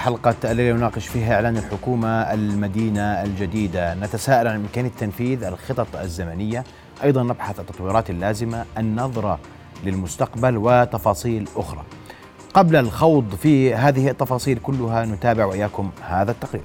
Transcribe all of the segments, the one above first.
حلقة الليلة نناقش فيها إعلان الحكومة المدينة الجديدة، نتساءل عن إمكانية تنفيذ الخطط الزمنية، أيضا نبحث التطويرات اللازمة، النظرة للمستقبل وتفاصيل أخرى. قبل الخوض في هذه التفاصيل كلها نتابع وإياكم هذا التقرير.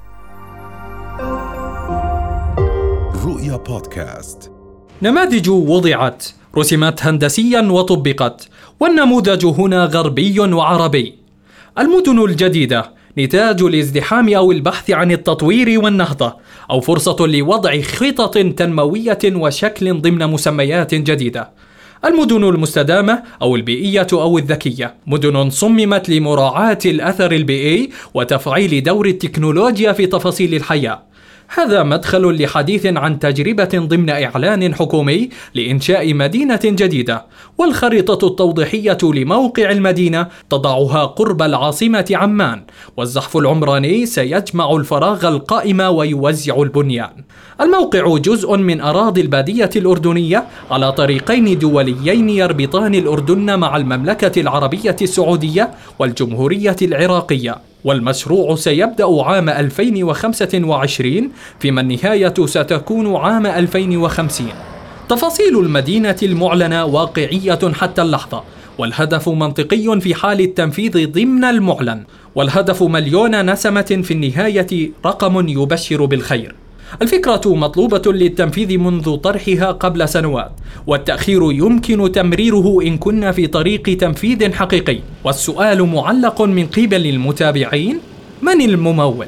رؤيا بودكاست. نماذج وضعت، رسمت هندسيا وطبقت، والنموذج هنا غربي وعربي. المدن الجديدة نتاج الازدحام أو البحث عن التطوير والنهضة، أو فرصة لوضع خطط تنموية وشكل ضمن مسميات جديدة. المدن المستدامة أو البيئية أو الذكية، مدن صممت لمراعاة الأثر البيئي وتفعيل دور التكنولوجيا في تفاصيل الحياة. هذا مدخل لحديث عن تجربة ضمن إعلان حكومي لإنشاء مدينة جديدة، والخريطة التوضيحية لموقع المدينة تضعها قرب العاصمة عمان، والزحف العمراني سيجمع الفراغ القائم ويوزع البنيان. الموقع جزء من أراضي البادية الأردنية على طريقين دوليين يربطان الأردن مع المملكة العربية السعودية والجمهورية العراقية، والمشروع سيبدأ عام 2025 فيما النهاية ستكون عام 2050. تفاصيل المدينة المعلنة واقعية حتى اللحظة، والهدف منطقي في حال التنفيذ ضمن المعلن، والهدف مليون نسمة في النهاية، رقم يبشر بالخير. الفكرة مطلوبة للتنفيذ منذ طرحها قبل سنوات، والتأخير يمكن تمريره إن كنا في طريق تنفيذ حقيقي. والسؤال معلق من قبل المتابعين: من الممول؟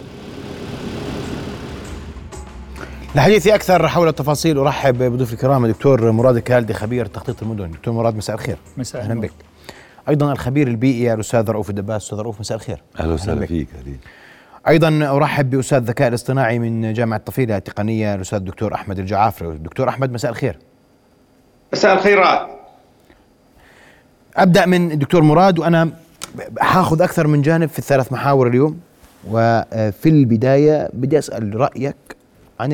لحديث أكثر حول التفاصيل أرحب بضيوف الكرام الدكتور مراد الكالدي، خبير تخطيط المدن. دكتور مراد، مساء الخير. مساء أهلا بك. أيضا الخبير البيئي الأستاذ رؤوف الدباس. أستاذ رؤوف، مساء الخير. أهلا وسهلا فيك. أيضا أرحب بأستاذ الذكاء الاصطناعي من جامعة طفيلة التقنية الأستاذ الدكتور أحمد الجعافري. دكتور أحمد، مساء الخير. مساء الخيرات. أبدأ من الدكتور مراد، وأنا هاخذ أكثر من جانب في الثلاث محاور اليوم. وفي البداية بدي أسأل رأيك عن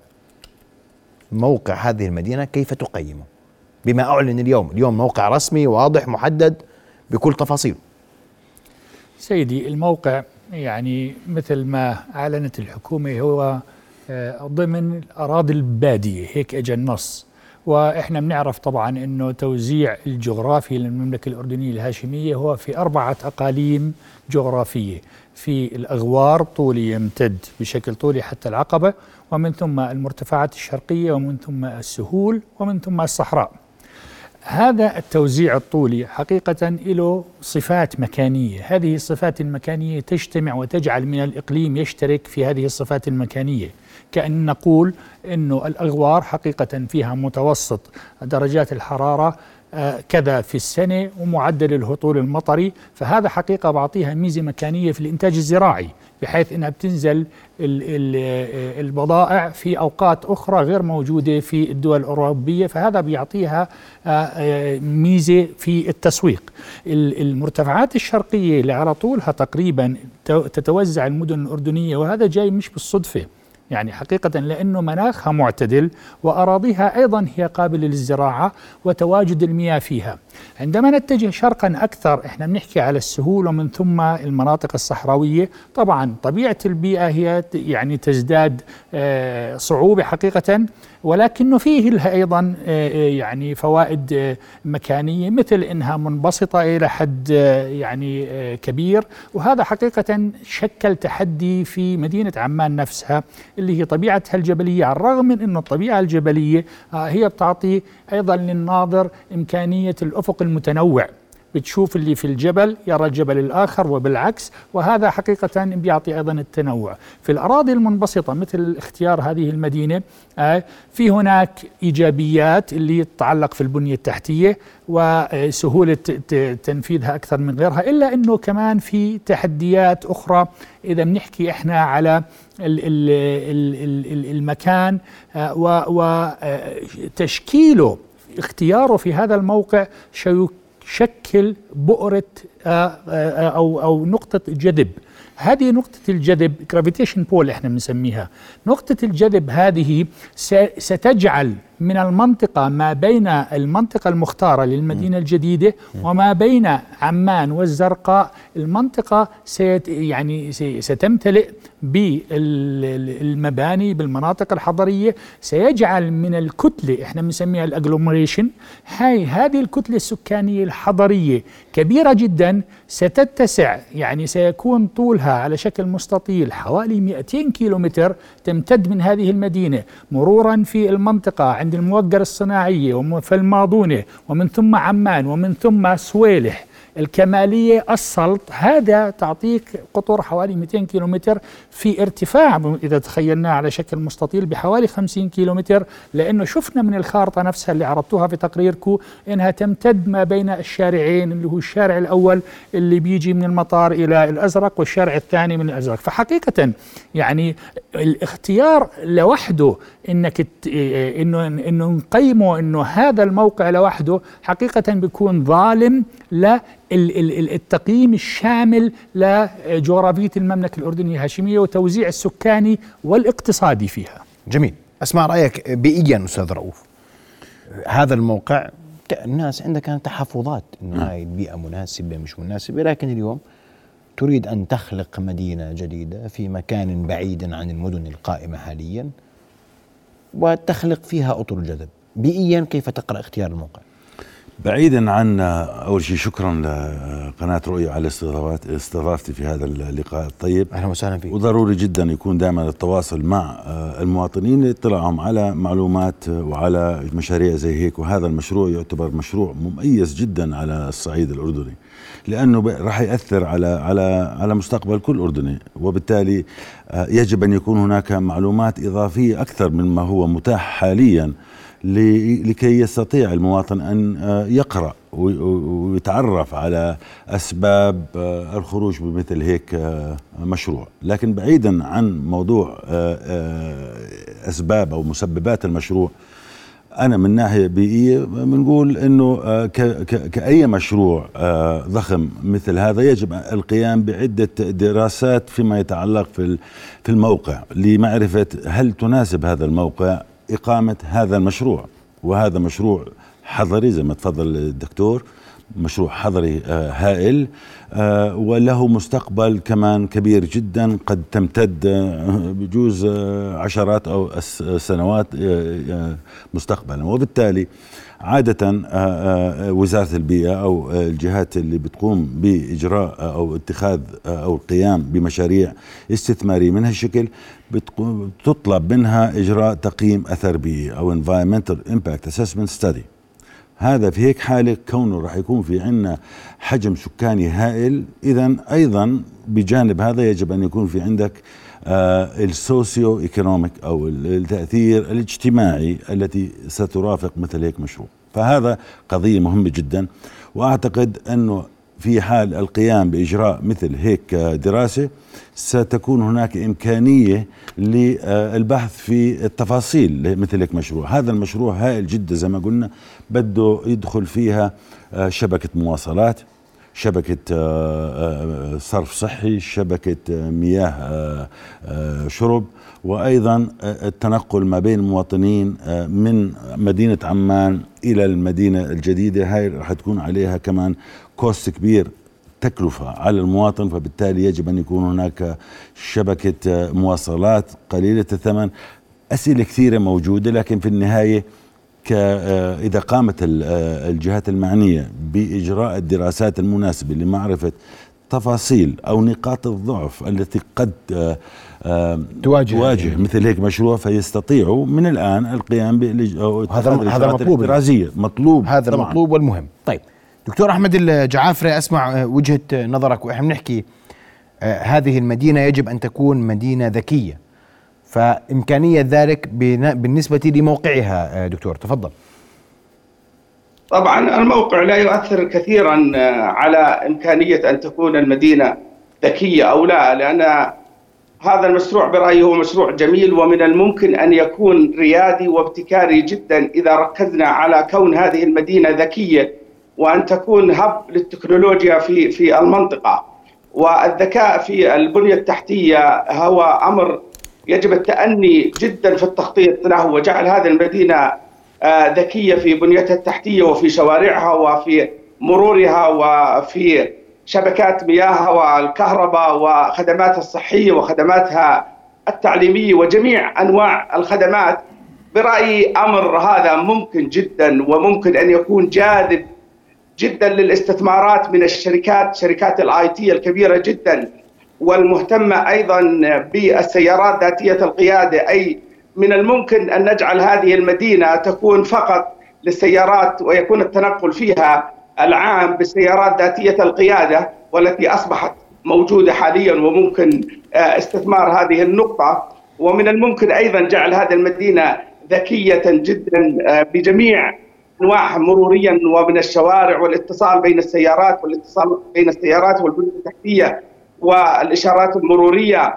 موقع هذه المدينة، كيف تقيمه بما أعلن اليوم موقع رسمي واضح محدد بكل تفاصيله؟ سيدي، الموقع يعني مثل ما أعلنت الحكومة هو ضمن الأراضي البادية، هيك اجى النص. وإحنا بنعرف طبعا أنه توزيع الجغرافي للمملكة الأردنية الهاشمية هو في 4 أقاليم جغرافية، في الأغوار طولي يمتد بشكل طولي حتى العقبة، ومن ثم المرتفعات الشرقية، ومن ثم السهول، ومن ثم الصحراء. هذا التوزيع الطولي حقيقة له صفات مكانية، هذه الصفات المكانية تجتمع وتجعل من الإقليم يشترك في هذه الصفات المكانية. كأن نقول أنه الأغوار حقيقة فيها متوسط درجات الحرارة كذا في السنة ومعدل الهطول المطري، فهذا حقيقة بعطيها ميزة مكانية في الإنتاج الزراعي، بحيث أنها بتنزل البضائع في أوقات أخرى غير موجودة في الدول الأوروبية، فهذا بيعطيها ميزة في التسويق. المرتفعات الشرقية اللي على طولها تقريبا تتوزع المدن الأردنية، وهذا جاي مش بالصدفة، يعني حقيقة لأنه مناخها معتدل وأراضيها أيضا هي قابلة للزراعة وتواجد المياه فيها. عندما نتجه شرقا أكثر احنا بنحكي على السهول ومن ثم المناطق الصحراوية. طبعا طبيعة البيئة هي يعني تزداد صعوبة حقيقة، ولكنه فيه أيضا يعني فوائد مكانية، مثل إنها منبسطة إلى حد يعني كبير، وهذا حقيقة شكل تحدي في مدينة عمان نفسها اللي هي طبيعتها الجبلية، على الرغم من أن الطبيعة الجبلية هي بتعطي أيضا للناظر إمكانية الأفق المتنوع، بتشوف اللي في الجبل يرى الجبل الآخر وبالعكس، وهذا حقيقة بيعطي أيضا التنوع. في الأراضي المنبسطة مثل اختيار هذه المدينة في هناك إيجابيات اللي تتعلق في البنية التحتية وسهولة تنفيذها أكثر من غيرها، إلا أنه كمان في تحديات أخرى. إذا بنحكي إحنا على المكان وتشكيله، اختياره في هذا الموقع شكل بؤرة أو نقطة جذب. هذه نقطة الجذب، gravitation pole احنا بنسميها. نقطة الجذب هذه ستجعل من المنطقة ما بين المنطقة المختارة للمدينة الجديدة وما بين عمان والزرقاء، المنطقة ستمتلئ بالمباني بالمناطق الحضرية، سيجعل من الكتلة احنا بنسميها الاجلومريشن، هذه الكتلة السكانية الحضرية كبيرة جدا، ستتسع سيكون طولها على شكل مستطيل حوالي 200 كيلومتر، تمتد من هذه المدينة مرورا في المنطقة عند الموقر الصناعية وفي الماضونة ومن ثم عمان ومن ثم سويلح الكمالية السلط. هذا تعطيك قطر حوالي 200 كيلومتر في ارتفاع إذا تخيلناه على شكل مستطيل بحوالي 50 كيلومتر، لأنه شفنا من الخارطة نفسها اللي عرضتوها في تقريركم إنها تمتد ما بين الشارعين، اللي هو الشارع الأول اللي بيجي من المطار إلى الأزرق والشارع الثاني من الأزرق. فحقيقة الاختيار لوحده إنه نقيمه إنه هذا الموقع لوحده حقيقة بيكون ظالم التقييم الشامل لجغرافية المملكة الأردنية الهاشمية وتوزيع السكاني والاقتصادي فيها. جميل. أسمع رأيك بيئيا أستاذ رؤوف. هذا الموقع الناس عندها كانت تحفظات إنه هاي البيئة مناسبة مش مناسبة، لكن اليوم تريد أن تخلق مدينة جديدة في مكان بعيد عن المدن القائمة حاليا وتخلق فيها أطر جذب. بيئيا كيف تقرأ اختيار الموقع؟ بعيدا عن أول شيء شكرا لقناة رؤية على استضافتي في هذا اللقاء الطيب. أهلا وسهلا فيك. وضروري جدا يكون دائما التواصل مع المواطنين لاطلاعهم على معلومات وعلى مشاريع زي هيك، وهذا المشروع يعتبر مشروع مميز جدا على الصعيد الأردني، لأنه راح يأثر على مستقبل كل أردني، وبالتالي يجب أن يكون هناك معلومات إضافية أكثر مما هو متاح حاليا لكي يستطيع المواطن أن يقرأ ويتعرف على أسباب الخروج بمثل هيك مشروع. لكن بعيدا عن موضوع أسباب أو مسببات المشروع، أنا من ناحية بيئية بنقول أنه كأي مشروع ضخم مثل هذا يجب القيام بعدة دراسات فيما يتعلق في الموقع لمعرفة هل تناسب هذا الموقع إقامة هذا المشروع. وهذا مشروع حضري زي ما تفضل الدكتور، مشروع حضري هائل وله مستقبل كمان كبير جدا، قد تمتد بجوز عشرات أو سنوات مستقبلا. وبالتالي عادة وزارة البيئة أو الجهات اللي بتقوم بإجراء أو اتخاذ أو القيام بمشاريع استثمارية من هالشكل تطلب منها إجراء تقييم أثر بيئي أو Environmental Impact Assessment Study. هذا في هيك حالة كونه راح يكون في عنا حجم سكاني هائل، إذن أيضا بجانب هذا يجب أن يكون في عندك السوسيو ايكونوميك أو التأثير الاجتماعي التي سترافق مثل هيك مشروع. فهذا قضية مهمة جدا، وأعتقد أنه في حال القيام بإجراء مثل هيك دراسة ستكون هناك إمكانية للبحث في التفاصيل مثل هيك مشروع. هذا المشروع هائل جدا زي ما قلنا، بده يدخل فيها شبكة مواصلات، شبكة صرف صحي، شبكة مياه شرب، وأيضا التنقل ما بين المواطنين من مدينة عمان إلى المدينة الجديدة. هاي رح تكون عليها كمان كوست كبير، تكلفة على المواطن، فبالتالي يجب أن يكون هناك شبكة مواصلات قليلة الثمن. أسئلة كثيرة موجودة، لكن في النهاية إذا قامت الجهات المعنية بإجراء الدراسات المناسبة لمعرفة تفاصيل أو نقاط الضعف التي قد تواجه مثل هيك مشروع، فيستطيعوا من الآن القيام هذا مطلوب هذا طبعاً. مطلوب والمهم. طيب دكتور أحمد الجعافري، أسمع وجهة نظرك. وإحنا بنحكي هذه المدينة يجب أن تكون مدينة ذكية، فإمكانية ذلك بالنسبة لموقعها دكتور تفضل. طبعا الموقع لا يؤثر كثيرا على إمكانية أن تكون المدينة ذكية أو لا، لأن هذا المشروع برأيي هو مشروع جميل ومن الممكن أن يكون ريادي وابتكاري جدا إذا ركزنا على كون هذه المدينة ذكية وأن تكون هب للتكنولوجيا في المنطقة. والذكاء في البنية التحتية هو أمر يجب التأني جدا في التخطيط له، وجعل هذه المدينة ذكية في بنيتها التحتية وفي شوارعها وفي مرورها وفي شبكات مياهها والكهرباء وخدماتها الصحية وخدماتها التعليمية وجميع أنواع الخدمات. برأيي أمر هذا ممكن جدا وممكن أن يكون جاذب جدا للاستثمارات من شركات الاي تي الكبيرة جدا والمهتمة أيضا بالسيارات ذاتية القيادة. أي من الممكن أن نجعل هذه المدينة تكون فقط للسيارات ويكون التنقل فيها العام بالسيارات ذاتية القيادة والتي أصبحت موجودة حاليا وممكن استثمار هذه النقطة. ومن الممكن أيضا جعل هذه المدينة ذكية جدا بجميع أنواعها مروريا ومن الشوارع والاتصال بين السيارات والبنية التحتية والإشارات المرورية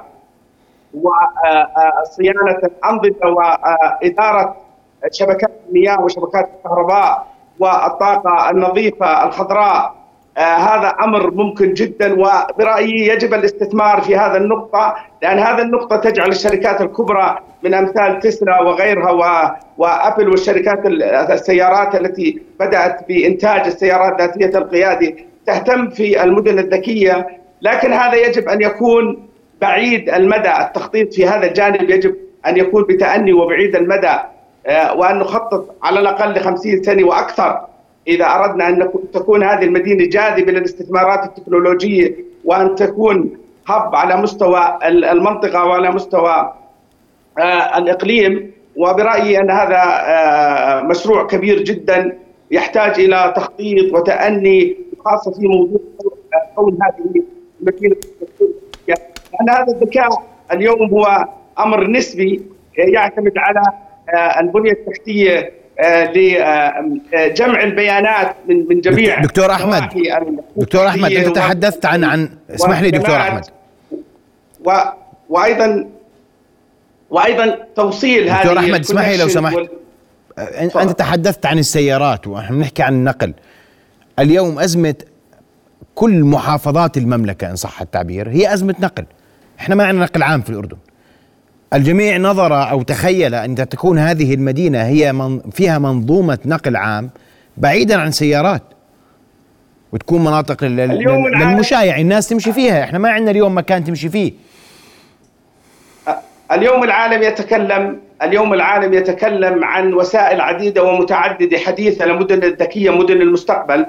وصيانة الأنظمة وإدارة شبكات المياه وشبكات الكهرباء والطاقة النظيفة الخضراء. هذا أمر ممكن جدا وبرأيي يجب الاستثمار في هذا النقطة، لأن هذا النقطة تجعل الشركات الكبرى من أمثال تسلا وغيرها وأبل والشركات السيارات التي بدأت بإنتاج السيارات ذاتية القيادة تهتم في المدن الذكية. لكن هذا يجب أن يكون بعيد المدى، التخطيط في هذا الجانب يجب أن يكون بتأني وبعيد المدى، وأن نخطط على الأقل 50 سنة وأكثر إذا أردنا أن تكون هذه المدينة جاذبة للاستثمارات التكنولوجية وأن تكون هب على مستوى المنطقة وعلى مستوى الإقليم. وبرأيي أن هذا مشروع كبير جدا يحتاج إلى تخطيط وتأني، خاصة في موضوع كون هذه المدينة، لأن هذا الذكاء اليوم هو أمر نسبي يعتمد على البنية التحتية لجمع البيانات من جميع. دكتور أحمد أنت تحدثت عن اسمح لي دكتور أحمد، وأيضا توصيل هذه. دكتور أحمد اسمح لي لو سمحت، أنت تحدثت عن السيارات ونحن نحكي عن النقل. اليوم أزمة كل محافظات المملكة إن صح التعبير هي أزمة نقل. إحنا ما عندنا نقل عام في الأردن. الجميع نظر أو تخيل أن تكون هذه المدينة هي فيها منظومة نقل عام بعيدا عن سيارات، وتكون مناطق للمشايع الناس تمشي فيها. إحنا ما عندنا اليوم مكان تمشي فيه. اليوم العالم يتكلم عن وسائل عديدة ومتعددة حديثة لمدن الذكية، مدن المستقبل،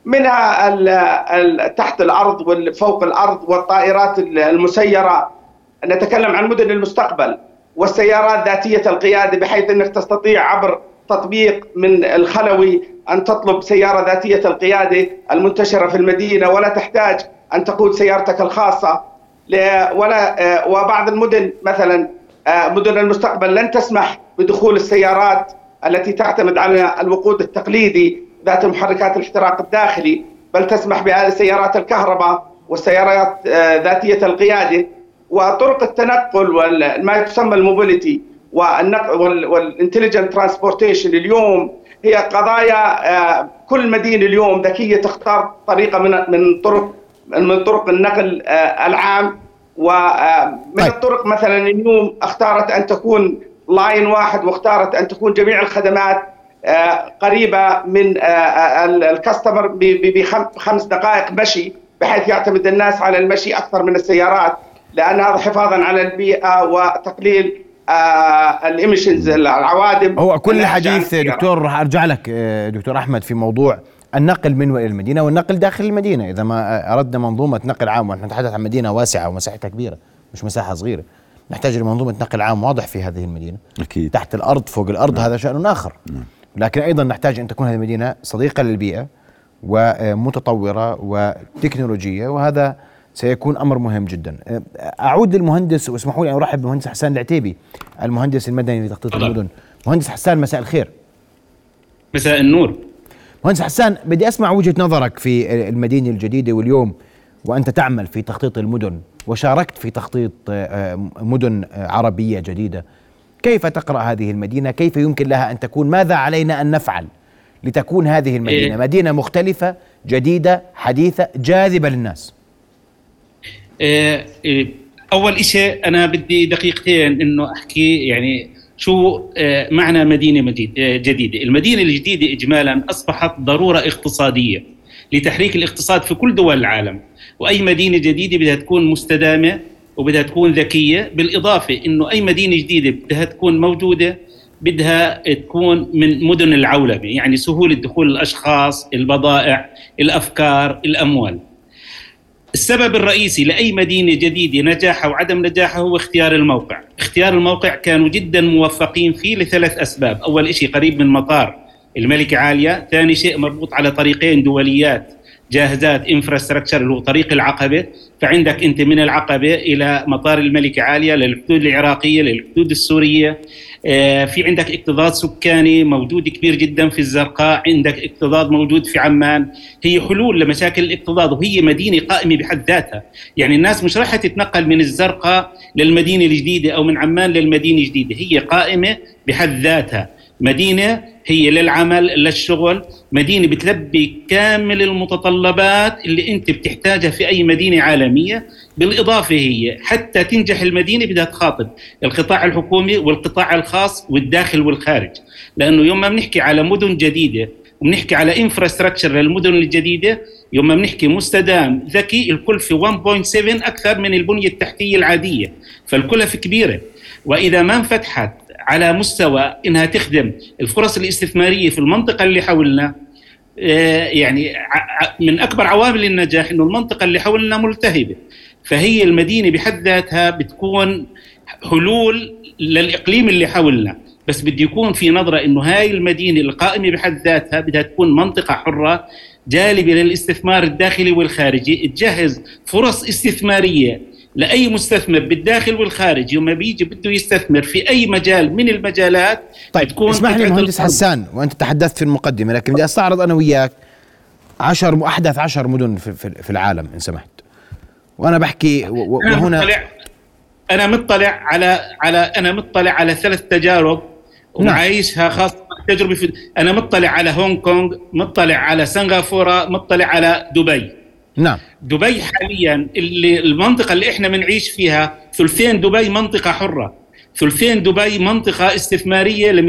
منها تحت الأرض والفوق الأرض والطائرات المسيرة. نتكلم عن مدن المستقبل والسيارات ذاتية القيادة، بحيث أنك تستطيع عبر تطبيق من الخلوي أن تطلب سيارة ذاتية القيادة المنتشرة في المدينة ولا تحتاج أن تقود سيارتك الخاصة. وبعض المدن مثلا مدن المستقبل لن تسمح بدخول السيارات التي تعتمد على الوقود التقليدي ذات محركات الاحتراق الداخلي، بل تسمح بسيارات الكهرباء والسيارات ذاتية القيادة. وطرق التنقل وما تسمى الموبيليتي والانتليجنت ترانسبورتيشن اليوم هي قضايا كل مدينة اليوم ذكية تختار طريقة من طرق النقل العام. ومن الطرق مثلا اليوم اختارت أن تكون لاين واحد، واختارت أن تكون جميع الخدمات قريبة من الكاستمر ب5 دقائق مشي، بحيث يعتمد الناس على المشي أكثر من السيارات، لأن هذا حفاظا على البيئة وتقليل الإيميشنز العوادم. هو كل حديث دكتور أرجع لك دكتور أحمد في موضوع النقل من وإلى المدينة والنقل داخل المدينة. إذا ما أردنا منظومة نقل عام، ونحن نتحدث عن مدينة واسعة ومساحتها كبيرة مش مساحة صغيرة، نحتاج لمنظومة نقل عام واضح في هذه المدينة. أكيد. تحت الأرض فوق الأرض. هذا شأن آخر. لكن أيضا نحتاج أن تكون هذه المدينة صديقة للبيئة ومتطورة وتكنولوجية، وهذا سيكون أمر مهم جدا. أعود للمهندس، واسمحوا لي أن أرحب بالمهندس حسان العتيبي المهندس المدني لتخطيط المدن. مهندس حسان مساء الخير. مساء النور. مهندس حسان، بدي أسمع وجهة نظرك في المدينة الجديدة واليوم وأنت تعمل في تخطيط المدن وشاركت في تخطيط مدن عربية جديدة. كيف تقرأ هذه المدينة؟ كيف يمكن لها أن تكون؟ ماذا علينا أن نفعل لتكون هذه المدينة مدينة مختلفة جديدة حديثة جاذبة للناس؟ أول إشي أنا بدي دقيقتين إنه أحكي يعني شو معنى مدينة جديدة؟ المدينة الجديدة إجمالا أصبحت ضرورة اقتصادية لتحريك الاقتصاد في كل دول العالم، وأي مدينة جديدة بدها تكون مستدامة وبدها تكون ذكية، بالإضافة إنه أي مدينة جديدة بدها تكون موجودة بدها تكون من مدن العولمة، يعني سهولة دخول الأشخاص، البضائع، الأفكار، الأموال. السبب الرئيسي لأي مدينة جديدة نجاحها وعدم نجاحها هو اختيار الموقع. اختيار الموقع كانوا جدا موفقين فيه لثلاث أسباب. أول شيء قريب من مطار الملكة عالية، ثاني شيء مربوط على طريقين دوليات جاهزات انفراستراكشر اللي هو طريق العقبة، فعندك أنت من العقبة إلى مطار الملكة عالية للحدود العراقية للحدود السورية. في عندك اكتظاظ سكاني موجود كبير جدا في الزرقاء، عندك اكتظاظ موجود في عمان. هي حلول لمشاكل الاكتظاظ، وهي مدينة قائمة بحد ذاتها. يعني الناس مش راح تتنقل من الزرقاء للمدينة الجديدة أو من عمان للمدينة الجديدة، هي قائمة بحد ذاتها، مدينة هي للعمل للشغل، مدينة بتلبي كامل المتطلبات اللي انت بتحتاجها في أي مدينة عالمية. بالإضافة هي حتى تنجح المدينة بدها تخاطب القطاع الحكومي والقطاع الخاص والداخل والخارج، لأنه يوم ما بنحكي على مدن جديدة وبنحكي على انفراستراكشر للمدن الجديدة، يوم ما بنحكي مستدام ذكي، الكلفة 1.7 أكثر من البنية التحتية العادية، فالكلفة كبيرة. وإذا ما انفتحت على مستوى إنها تخدم الفرص الاستثمارية في المنطقة اللي حولنا، يعني من أكبر عوامل النجاح إنه المنطقة اللي حولنا ملتهبة، فهي المدينة بحد ذاتها بتكون حلول للإقليم اللي حولنا. بس بدي يكون في نظرة إنه هاي المدينة القائمة بحد ذاتها بدها تكون منطقة حرة جالبة للاستثمار الداخلي والخارجي، تجهز فرص استثمارية لأي مستثمر بالداخل والخارج يوم بيجي بده يستثمر في أي مجال من المجالات. طيب اسمح لي مهندس حسان، وأنت تحدثت في المقدمة، لكن بدي أستعرض أنا وياك أحدث 10 مدن في العالم إن سمحت، وأنا بحكي وهنا أنا مطلع على 3 تجارب ومعايشها خاصة تجربة أنا مطلع على هونغ كونغ، مطلع على سنغافورة، مطلع على دبي. نعم. دبي حاليا المنطقة اللي احنا بنعيش فيها، ثلثين دبي منطقة حرة، ثلثين دبي منطقة استثمارية ل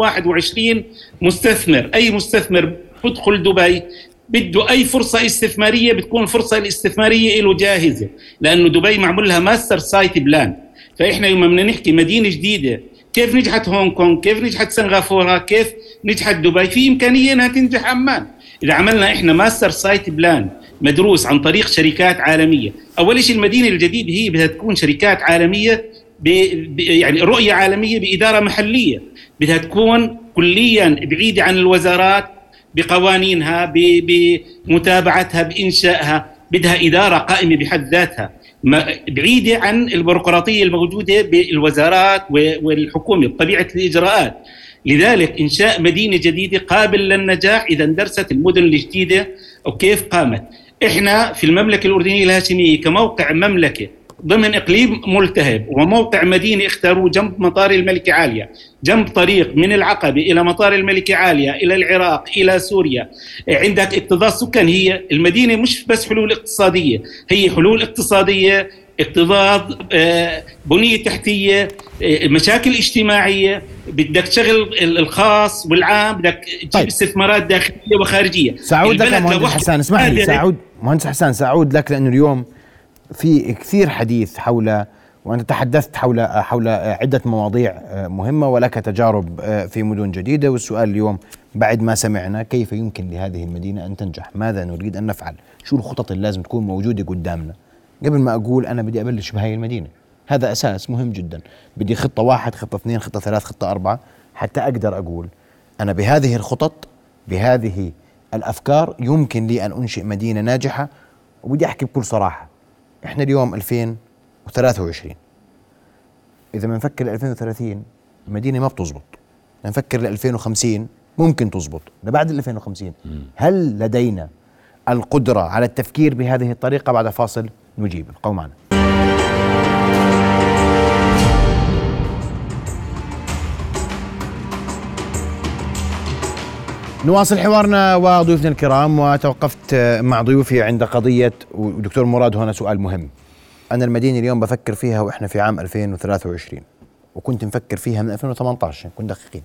221 مستثمر. أي مستثمر بدخل دبي بده أي فرصة استثمارية بتكون الفرصة الاستثمارية له جاهزة، لأنه دبي معمول لها ماستر سايت بلان. فإحنا يوم بدنا نحكي مدينة جديدة، كيف نجحت هونغ كونغ، كيف نجحت سنغافورة، كيف نجحت دبي، في إمكانية أنها تنجح عمان إذا عملنا إحنا ماستر سايت بلان مدروس عن طريق شركات عالمية. أول شيء المدينة الجديدة هي بدها تكون شركات عالمية يعني رؤية عالمية بإدارة محلية، بدها تكون كليا بعيدة عن الوزارات بقوانينها بمتابعتها بإنشائها، بدها إدارة قائمة بحد ذاتها بعيدة عن البيروقراطية الموجودة بالوزارات والحكومة بطبيعة الإجراءات. لذلك إنشاء مدينة جديدة قابل للنجاح إذا اندرست المدن الجديدة وكيف قامت. إحنا في المملكة الأردنية الهاشمية كموقع مملكة ضمن إقليم ملتهب وموقع مدينة اختاروه جنب مطار الملكة عالية، جنب طريق من العقبة إلى مطار الملكة عالية إلى العراق إلى سوريا، عندك اكتظاظ سكان. هي المدينة مش بس حلول اقتصادية، هي حلول اقتصادية، اكتظاظ، بنية تحتية، مشاكل اجتماعية، بدك تشغل الخاص والعام، بدك تجيب استثمارات داخلية وخارجية. سأعود لك مهندس حسان، اسمح لي مهندس حسان سأعود لك، لأنه اليوم في كثير حديث حول، وأنت تحدثت حول عدة مواضيع مهمة ولك تجارب في مدن جديدة، والسؤال اليوم بعد ما سمعنا كيف يمكن لهذه المدينة أن تنجح، ماذا نريد أن نفعل، شو الخطط اللي لازم تكون موجودة قدامنا قبل ما أقول أنا بدي أبلش بهاي المدينة. هذا أساس مهم جدا، بدي خطة 1 خطة 2 خطة 3 خطة 4 حتى أقدر أقول أنا بهذه الخطط بهذه الأفكار يمكن لي أن أنشئ مدينة ناجحة. وبدي أحكي بكل صراحة، إحنا اليوم 2023، إذا بنفكر ل 2030 المدينة ما بتزبط، نفكر ل 2050 ممكن تزبط، لبعد 2050 هل لدينا القدرة على التفكير بهذه الطريقة؟ بعد فاصل نجيب، ابقوا معنا. نواصل حوارنا وضيوفنا الكرام، وتوقفت مع ضيوفي عند قضية، ودكتور مراد هنا سؤال مهم. أنا المدينة اليوم بفكر فيها وإحنا في عام 2023، وكنت مفكر فيها من 2018، كنت دقيقين.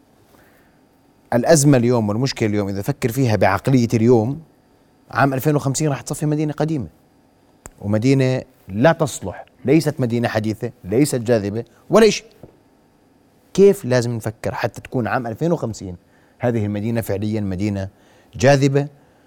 الأزمة اليوم والمشكلة اليوم إذا فكر فيها بعقلية اليوم، عام 2050 راح تصفي مدينة قديمة ومدينة لا تصلح، ليست مدينة حديثة، ليست جاذبة ولا شيء. كيف لازم نفكر حتى تكون عام 2050 هذه المدينة فعليا مدينة جاذبة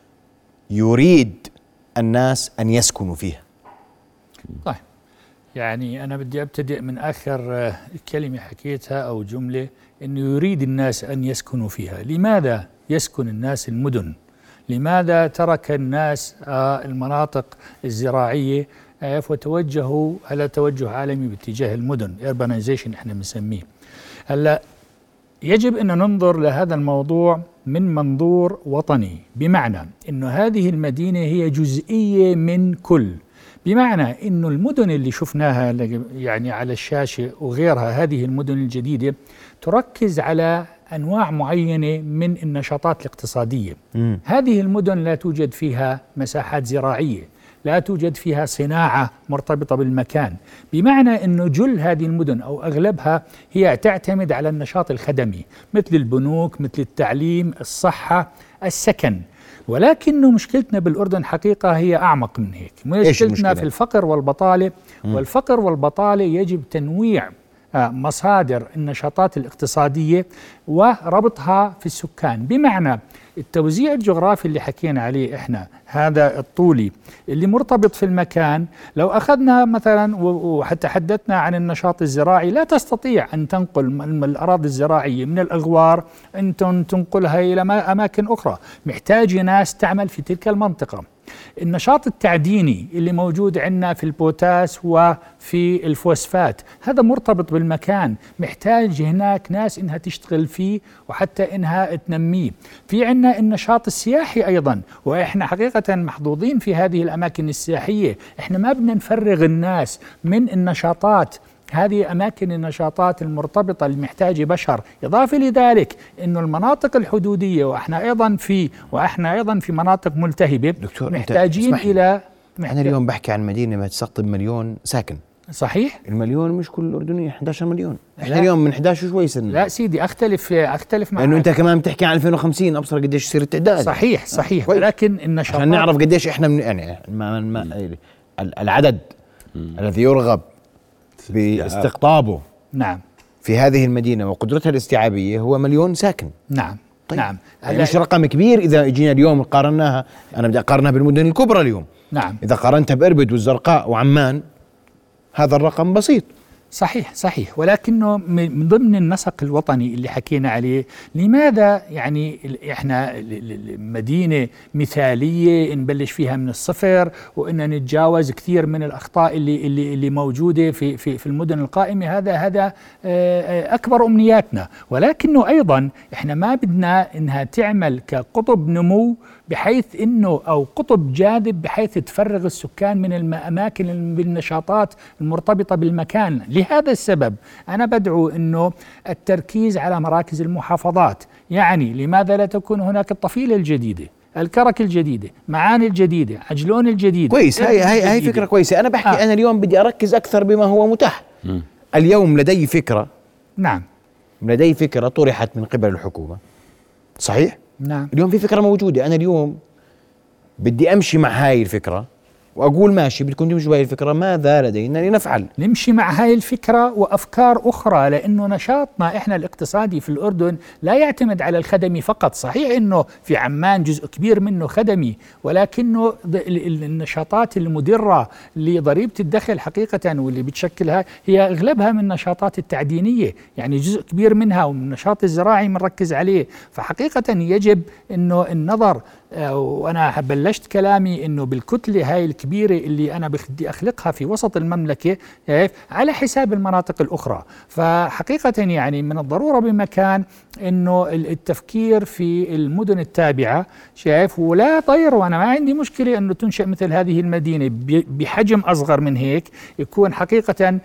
يريد الناس أن يسكنوا فيها؟ طيب، يعني أنا بدي أبتدئ من آخر كلمة حكيتها أو جملة، أنه يريد الناس أن يسكنوا فيها. لماذا يسكن الناس المدن؟ لماذا ترك الناس المناطق الزراعية وتوجهوا على توجه عالمي باتجاه المدن، urbanization احنا بنسميه؟ هلا يجب أن ننظر لهذا الموضوع من منظور وطني، بمعنى أنه هذه المدينة هي جزئية من كل، بمعنى أنه المدن اللي شفناها يعني على الشاشة وغيرها، هذه المدن الجديدة تركز على أنواع معينة من النشاطات الاقتصادية. هذه المدن لا توجد فيها مساحات زراعية، لا توجد فيها صناعة مرتبطة بالمكان، بمعنى أنه جل هذه المدن أو أغلبها هي تعتمد على النشاط الخدمي، مثل البنوك، مثل التعليم، الصحة، السكن. ولكن مشكلتنا بالأردن حقيقة هي أعمق من هيك. مشكلتنا في الفقر والبطالة. والفقر والبطالة يجب تنويع مصادر النشاطات الاقتصادية وربطها في السكان، بمعنى التوزيع الجغرافي اللي حكينا عليه احنا، هذا الطولي اللي مرتبط في المكان. لو أخذنا مثلا وحتى حدثنا عن النشاط الزراعي، لا تستطيع أن تنقل الأراضي الزراعية من الأغوار أن تنقلها إلى أماكن أخرى، محتاج ناس تعمل في تلك المنطقة. النشاط التعديني اللي موجود عندنا في البوتاس وفي الفوسفات، هذا مرتبط بالمكان، محتاج هناك ناس إنها تشتغل فيه وحتى إنها تنميه. في عندنا النشاط السياحي أيضا، وإحنا حقيقة محظوظين في هذه الأماكن السياحية. إحنا ما بدنا نفرغ الناس من النشاطات، هذه أماكن النشاطات المرتبطة اللي محتاجة بشر. إضافة لذلك إنه المناطق الحدودية وإحنا أيضا في مناطق ملتهبة محتاجين إلى أنا اليوم بحكي عن مدينة ما تستقطب 1,000,000 ساكن. صحيح. المليون مش كل الأردنيين 11 مليون. إحنا اليوم من 11 شوي سنة. لا سيدي، أختلف معك، لأنه أنت كمان بتحكي عن 2050 أبصر قديش يصير التعداد. صحيح. ولكن النشاطات عشان نعرف قديش إحنا يعني العدد الذي يرغب باستقطابه نعم في هذه المدينة وقدرتها الاستيعابية هو 1,000,000 ساكن. نعم. طيب. نعم. يعني مش رقم كبير إذا جينا اليوم قارناها. أنا بدي أقارنها بالمدن الكبرى اليوم. نعم. إذا قارنتها بإربد والزرقاء وعمان هذا الرقم بسيط. صحيح، ولكنه من ضمن النسق الوطني اللي حكينا عليه، لماذا يعني احنا مدينة مثالية نبلش فيها من الصفر وإن نتجاوز كثير من الأخطاء اللي موجودة في المدن القائمة؟ هذا أكبر أمنياتنا. ولكنه أيضا احنا ما بدنا إنها تعمل كقطب نمو بحيث إنه أو قطب جاذب بحيث تفرغ السكان من الأماكن بالنشاطات المرتبطة بالمكان. لهذا السبب أنا بدعو إنه التركيز على مراكز المحافظات. يعني لماذا لا تكون هناك الطفيلة الجديدة، الكرك الجديدة، معاني الجديدة، عجلون الجديد؟ كويس، هاي فكرة كويسة. أنا بحكي أنا اليوم بدي أركز أكثر بما هو متاح. اليوم لدي فكرة. نعم. لدي فكرة طرحت من قبل الحكومة. صحيح؟ نعم. اليوم في فكرة موجودة. أنا اليوم بدي أمشي مع هاي الفكرة وأقول ماشي، بدكم تمشوا بهاي الفكرة، ماذا لدينا لنفعل؟ نمشي مع هاي الفكرة وأفكار أخرى، لأنه نشاطنا إحنا الاقتصادي في الأردن لا يعتمد على الخدمي فقط. صحيح إنه في عمان جزء كبير منه خدمي، ولكنه النشاطات المدرة لضريبة الدخل حقيقة واللي بتشكلها هي أغلبها من النشاطات التعدينية، يعني جزء كبير منها، ومن النشاط الزراعي بنركز عليه. فحقيقة يجب إنه النظر، وأنا بلشت كلامي إنه بالكتلة هاي الكبيرة اللي أنا بدي أخلقها في وسط المملكة على حساب المناطق الأخرى. فحقيقة يعني من الضرورة بمكان إنه التفكير في المدن التابعة، شايف، ولا طير. وأنا ما عندي مشكلة إنه تنشأ مثل هذه المدينة بحجم أصغر من هيك، يكون حقيقة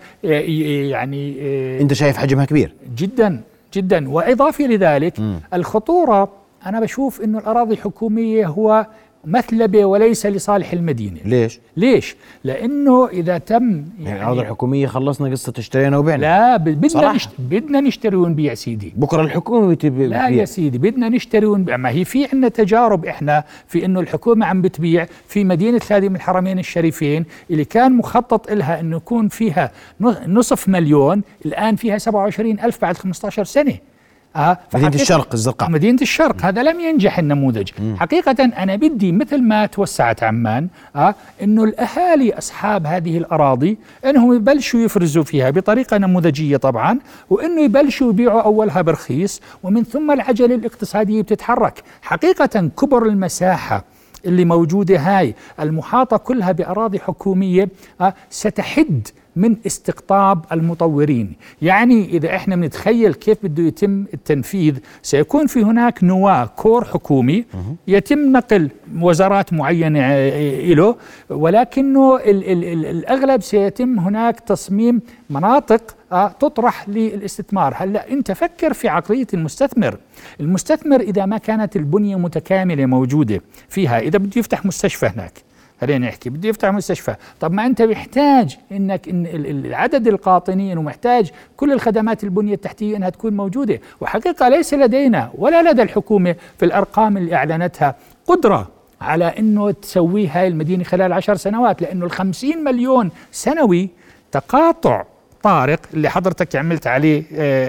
يعني أنت شايف حجمها كبير جدا وإضافة لذلك الخطورة. أنا بشوف إنه الأراضي الحكومية هو مثلبة وليس لصالح المدينة. ليش؟ لأنه إذا تم يعني الأراضي الحكومية خلصنا قصة اشترينا وبعنا. لا بدنا نشتري ونبيع سيدي. بكرة الحكومة لا يا سيدي بدنا نشتري ونبيع. ما هي في عندنا تجارب إحنا في إنه الحكومة عم بتبيع في مدينة خادم الحرمين الشريفين اللي كان مخطط إلها إنه يكون فيها 500,000 الآن فيها 27,000 بعد 15 سنة. مدينة الشرق الزرقاء. مدينة الشرق هذا لم ينجح النموذج. حقيقة أنا بدي مثل ما توسعت عمان إنه الأهالي أصحاب هذه الأراضي إنهم يبلشوا يفرزوا فيها بطريقة نموذجية طبعا، وإنه يبلشوا يبيعوا أولها برخيص، ومن ثم العجلة الاقتصادية بتتحرك. حقيقة كبر المساحة اللي موجودة هاي المحاطة كلها بأراضي حكومية ستحد من استقطاب المطورين. يعني إذا إحنا بنتخيل كيف بده يتم التنفيذ، سيكون في هناك نواة كور حكومي يتم نقل وزارات معينة إله، ولكنه الأغلب سيتم هناك تصميم مناطق تطرح للاستثمار. هلأ أنت فكر في عقلية المستثمر إذا ما كانت البنية متكاملة موجودة فيها، إذا بده يفتح مستشفى هناك، خلينا نحكي بده يفتح مستشفى، طب ما أنت محتاج إنك العدد القاطنين ومحتاج كل الخدمات البنية التحتية إنها تكون موجودة. وحقيقة ليس لدينا ولا لدى الحكومة في الأرقام اللي أعلنتها قدرة على إنه تسوي هاي المدينة خلال 10 سنوات، لأنه 50 مليون سنوي تقاطع طارق اللي حضرتك عملت عليه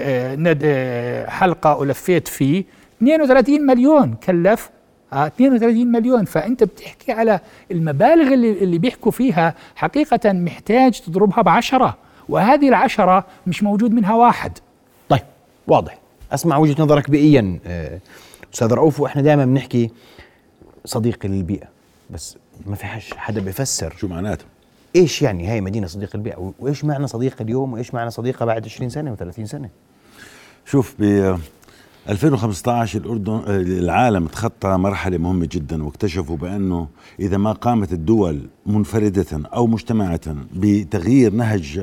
حلقة ولفيت فيه 32 مليون كلف 32 مليون. فأنت بتحكي على المبالغ اللي بيحكوا فيها، حقيقة محتاج تضربها ب10، وهذه ال10 مش موجود منها واحد. طيب واضح، أسمع وجهة نظرك بيئيا أستاذ رؤوف. وإحنا دائما بنحكي صديق للبيئة، بس ما في حدا بيفسر شو معناته، إيش يعني هاي مدينة صديق البيئة، وإيش معنى صديق اليوم، وإيش معنى صديقة بعد 20 سنة و30 سنة. شوف، ب 2015 العالم تخطى مرحلة مهمة جدا، واكتشفوا بأنه إذا ما قامت الدول منفردة أو مجتمعة بتغيير نهج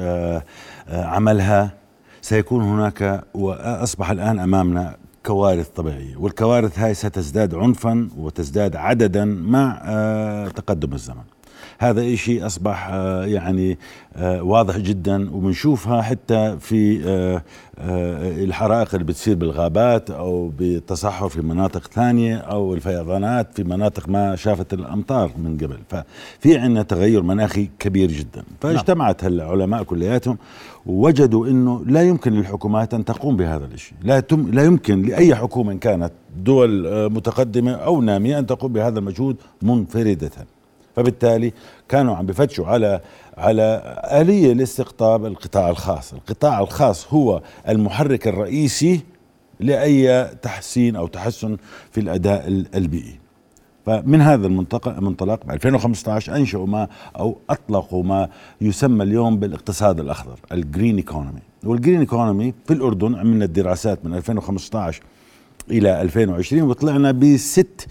عملها سيكون هناك، وأصبح الآن أمامنا كوارث طبيعية، والكوارث هاي ستزداد عنفا وتزداد عددا مع تقدم الزمن. هذا إشي أصبح يعني واضح جدا، وبنشوفها حتى في الحرائق اللي بتصير بالغابات أو بالتصحر في مناطق ثانية، أو الفيضانات في مناطق ما شافت الأمطار من قبل. ففي عندنا تغير مناخي كبير جدا. فاجتمعت العلماء كلياتهم ووجدوا أنه لا يمكن للحكومات أن تقوم بهذا الشيء، لا يمكن لأي حكومة كانت دول متقدمة أو نامية أن تقوم بهذا المجهود منفردة. فبالتالي كانوا عم بفتشوا على آلية لاستقطاب القطاع الخاص. القطاع الخاص هو المحرك الرئيسي لأي تحسين أو تحسن في الأداء البيئي. فمن هذا المنطلق ب 2015 أنشأوا أطلقوا ما يسمى اليوم بالاقتصاد الأخضر، الجرين ايكونومي. والجرين ايكونومي في الأردن عملنا الدراسات من 2015 إلى 2020 وطلعنا بست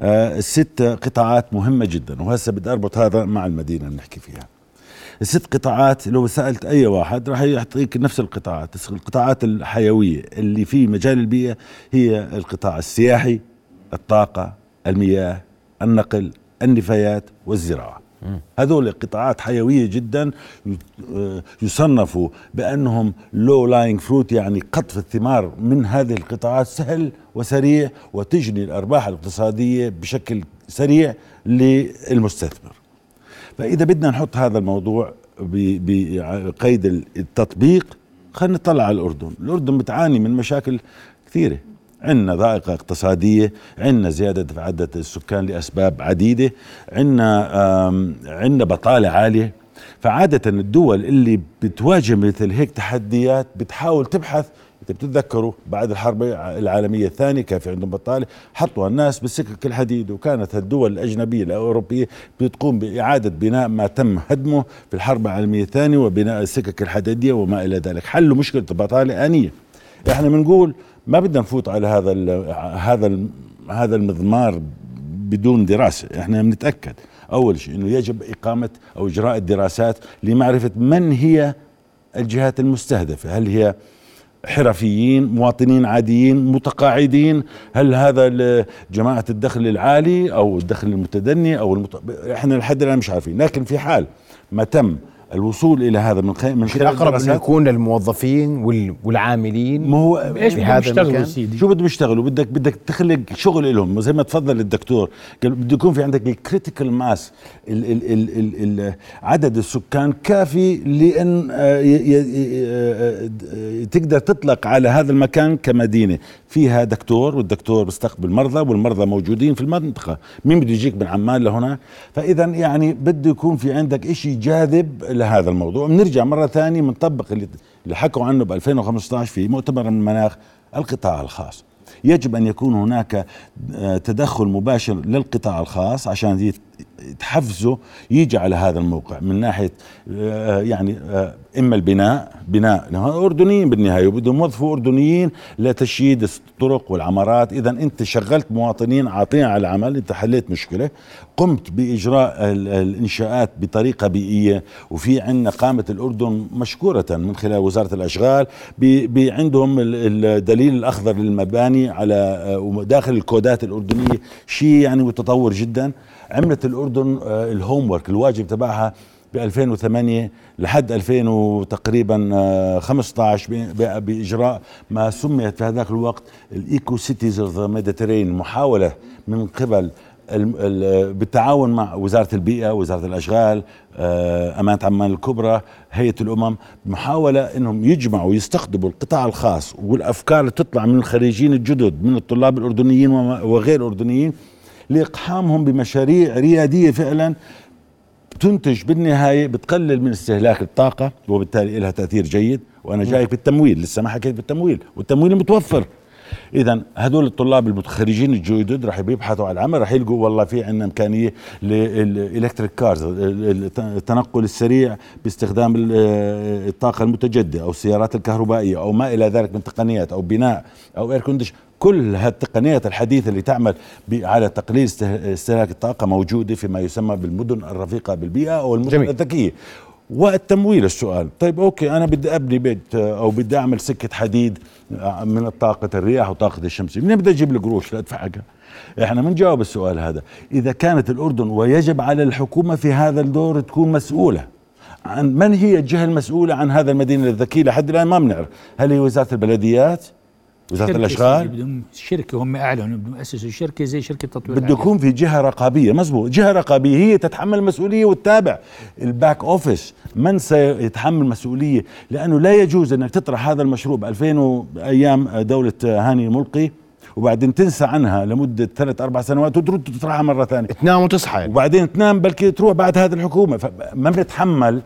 قطاعات مهمة جدا. وهسه بدي أربط هذا مع المدينة اللي نحكي فيها. الست قطاعات لو سألت أي واحد راح يعطيك نفس القطاعات الحيوية اللي في مجال البيئة هي القطاع السياحي، الطاقة، المياه، النقل، النفايات والزراعة. هذول قطاعات حيوية جدا، يصنفوا بأنهم low lying fruit، يعني قطف الثمار من هذه القطاعات سهل وسريع، وتجني الأرباح الاقتصادية بشكل سريع للمستثمر. فإذا بدنا نحط هذا الموضوع بقيد التطبيق، خلينا نطلع على الأردن بتعاني من مشاكل كثيرة. عندنا ضائقة اقتصادية، عندنا زيادة في عدد السكان لأسباب عديدة، عندنا بطالة عالية. فعادة الدول اللي بتواجه مثل هيك تحديات بتحاول تبحث. إذا بتتذكروا بعد الحرب العالمية الثانية كان في عندهم بطالة، حطوا الناس بالسكك الحديد، وكانت الدول الأجنبية الأوروبية بتقوم بإعادة بناء ما تم هدمه في الحرب العالمية الثانية وبناء السكك الحديدية وما إلى ذلك. حلوا مشكلة البطالة آنية. احنا بنقول ما بدنا نفوت على هذا المضمار بدون دراسة. احنا بنتأكد أول شيء إنه يجب إقامة أو إجراء الدراسات لمعرفة من هي الجهات المستهدفة. هل هي حرفيين، مواطنين عاديين متقاعدين؟ هل هذا جماعة الدخل العالي أو الدخل المتدني أو إحنا لحد الآن مش عارفين. لكن في حال ما تم الوصول الى هذا من خلال الاقرب انه يكون للموظفين والعاملين. ما هو ايش بدهم يشتغلوا سيدي؟ شو بدهم يشتغلوا؟ بدك تخلق شغل لهم زي ما تفضل الدكتور، بده يكون في عندك الكريتيكال ماس، عدد السكان كافي لان تقدر تطلق على هذا المكان كمدينه فيها دكتور، والدكتور بيستقبل مرضى والمرضى موجودين في المنطقه. مين بده يجيك من عمان لهنا؟ فاذا يعني بده يكون في عندك إشي جاذب لهذا الموضوع. بنرجع مرة ثانية بنطبق اللي حكوا عنه ب 2015 في مؤتمر المناخ، القطاع الخاص. يجب أن يكون هناك تدخل مباشر للقطاع الخاص عشان تحفزه يجي على هذا الموقع من ناحية يعني إما بناء أردنيين بالنهاية، وبدهم يوظفوا أردنيين لتشييد الطرق والعمارات. إذا أنت شغلت مواطنين عاطين على العمل، أنت حليت مشكلة، قمت بإجراء الإنشاءات بطريقة بيئية. وفي عندنا قامة الأردن مشكورة من خلال وزارة الأشغال عندهم الدليل الأخضر للمباني على داخل الكودات الأردنية، شيء يعني متطور جدا. عملت الأردن الهوم ورك، الواجب تبعها ب 2008 لحد 2000 تقريبا 15 بإجراء ما سميت في هذاك الوقت الإيكو سيتيز اوف ذا ميديترين، محاولة من قبل بالتعاون مع وزارة البيئة، وزارة الأشغال، أمانة عمان الكبرى، هيئة الأمم، محاولة أنهم يجمعوا ويستخدموا القطاع الخاص والأفكار اللي تطلع من الخريجين الجدد من الطلاب الأردنيين وغير الأردنيين لإقحامهم بمشاريع ريادية فعلا تنتج بالنهاية بتقلل من استهلاك الطاقة، وبالتالي لها تأثير جيد. وأنا جاي بالتمويل، لسه ما حكيت بالتمويل، والتمويل متوفر. إذا هذول الطلاب المتخرجين الجدد راح يبحثوا على العمل، راح يلقوا والله في عندنا إمكانية للإلكتريك كارز، التنقل السريع باستخدام الطاقة المتجددة أو السيارات الكهربائية أو ما إلى ذلك من تقنيات أو بناء أو إير كونديشن. كل هالتقنيات الحديثة اللي تعمل على تقليل استهلاك الطاقة موجودة فيما يسمى بالمدن الرفيقة بالبيئة أو المدن الذكية. والتمويل السؤال، طيب أوكي أنا بدي أبني بيت أو بدي أعمل سكة حديد من طاقة الرياح وطاقة الشمس، منين بدي أجيب القروش لأدفع حقها؟ إحنا بنجاوب السؤال هذا. إذا كانت الأردن، ويجب على الحكومة في هذا الدور تكون مسؤولة عن من هي الجهة المسؤولة عن هذا المدينة الذكية. لحد الآن ما بنعرف هل هي وزارة البلديات، وزارة الأشغال، بدهم شركة، هم أعلنوا بدهم يأسسوا شركة زي شركة تطوير. بده يكون في جهة رقابية، مزبوط، جهة رقابية هي تتحمل المسؤولية وتتابع الباك أوفيس من سيتحمل مسؤولية. لأنه لا يجوز أنك تطرح هذا المشروع ب2000 أيام دولة هاني الملقي وبعدين تنسى عنها لمدة 3-4 سنوات وترد تطرحها مرة ثانية، تنام وتصحى وبعدين تنام بلكي تروح بعد هذه الحكومة. فما بنتحمل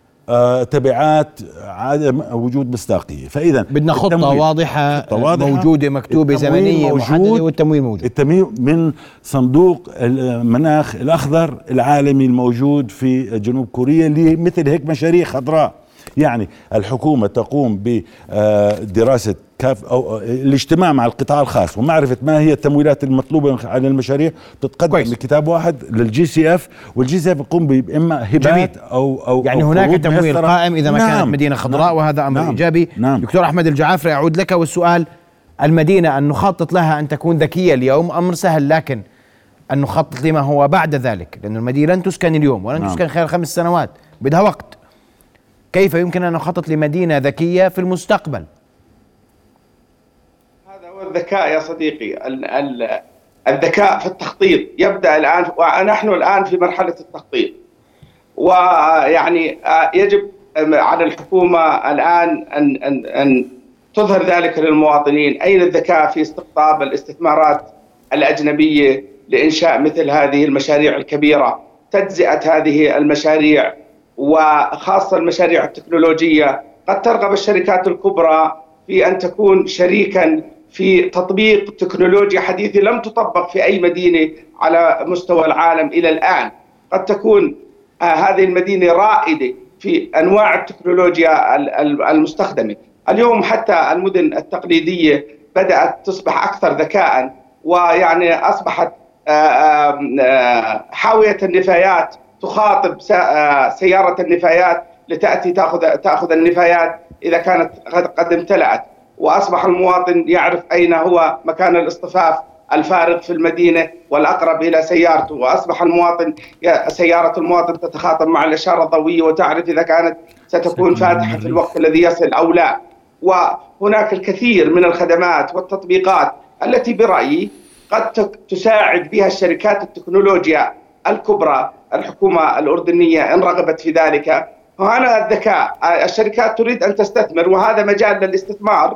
تبعات عدم وجود مصداقية. فإذا بدنا خطة واضحة موجودة مكتوبة زمنية محددة، والتمويل موجود. التمويل من صندوق المناخ الأخضر العالمي الموجود في جنوب كوريا لمثل هيك مشاريع خضراء. يعني الحكومة تقوم بدراسة أو الاجتماع مع القطاع الخاص ومعرفة ما هي التمويلات المطلوبة على المشاريع، تتقدم بكتاب واحد للجي سي اف، والجي سي اف يقوم بإما هبات أو يعني هناك تمويل قائم إذا ما كانت مدينة خضراء. وهذا أمر إيجابي. دكتور أحمد الجعافري، أعود لك والسؤال: المدينة أن نخطط لها أن تكون ذكية اليوم أمر سهل، لكن أن نخطط لما هو بعد ذلك، لأن المدينة لن تسكن اليوم ولن تسكن خلال 5 سنوات، بدها وقت. كيف يمكن أن نخطط لمدينة ذكية في المستقبل؟ هذا هو الذكاء يا صديقي. الذكاء في التخطيط يبدأ الآن، ونحن الآن في مرحلة التخطيط. ويعني يجب على الحكومة الآن أن تظهر ذلك للمواطنين. أين الذكاء في استقطاب الاستثمارات الأجنبية لإنشاء مثل هذه المشاريع الكبيرة، تجزئة هذه المشاريع، وخاصة المشاريع التكنولوجية. قد ترغب الشركات الكبرى في أن تكون شريكا في تطبيق تكنولوجيا حديثة لم تطبق في أي مدينة على مستوى العالم إلى الآن. قد تكون هذه المدينة رائدة في أنواع التكنولوجيا المستخدمة اليوم. حتى المدن التقليدية بدأت تصبح أكثر ذكاء، ويعني أصبحت حاوية النفايات تخاطب سيارة النفايات لتأتي تأخذ النفايات إذا كانت قد امتلأت. وأصبح المواطن يعرف أين هو مكان الاصطفاف الفارغ في المدينة والأقرب إلى سيارته، وأصبح المواطن سيارة المواطن تتخاطب مع الإشارة الضوئية وتعرف إذا كانت ستكون فاتحة في الوقت الذي يصل أو لا. وهناك الكثير من الخدمات والتطبيقات التي برأيي قد تساعد بها الشركات التكنولوجيا الكبرى، الحكومة الأردنية إن رغبت في ذلك. وهنا الذكاء، الشركات تريد أن تستثمر وهذا مجال للاستثمار.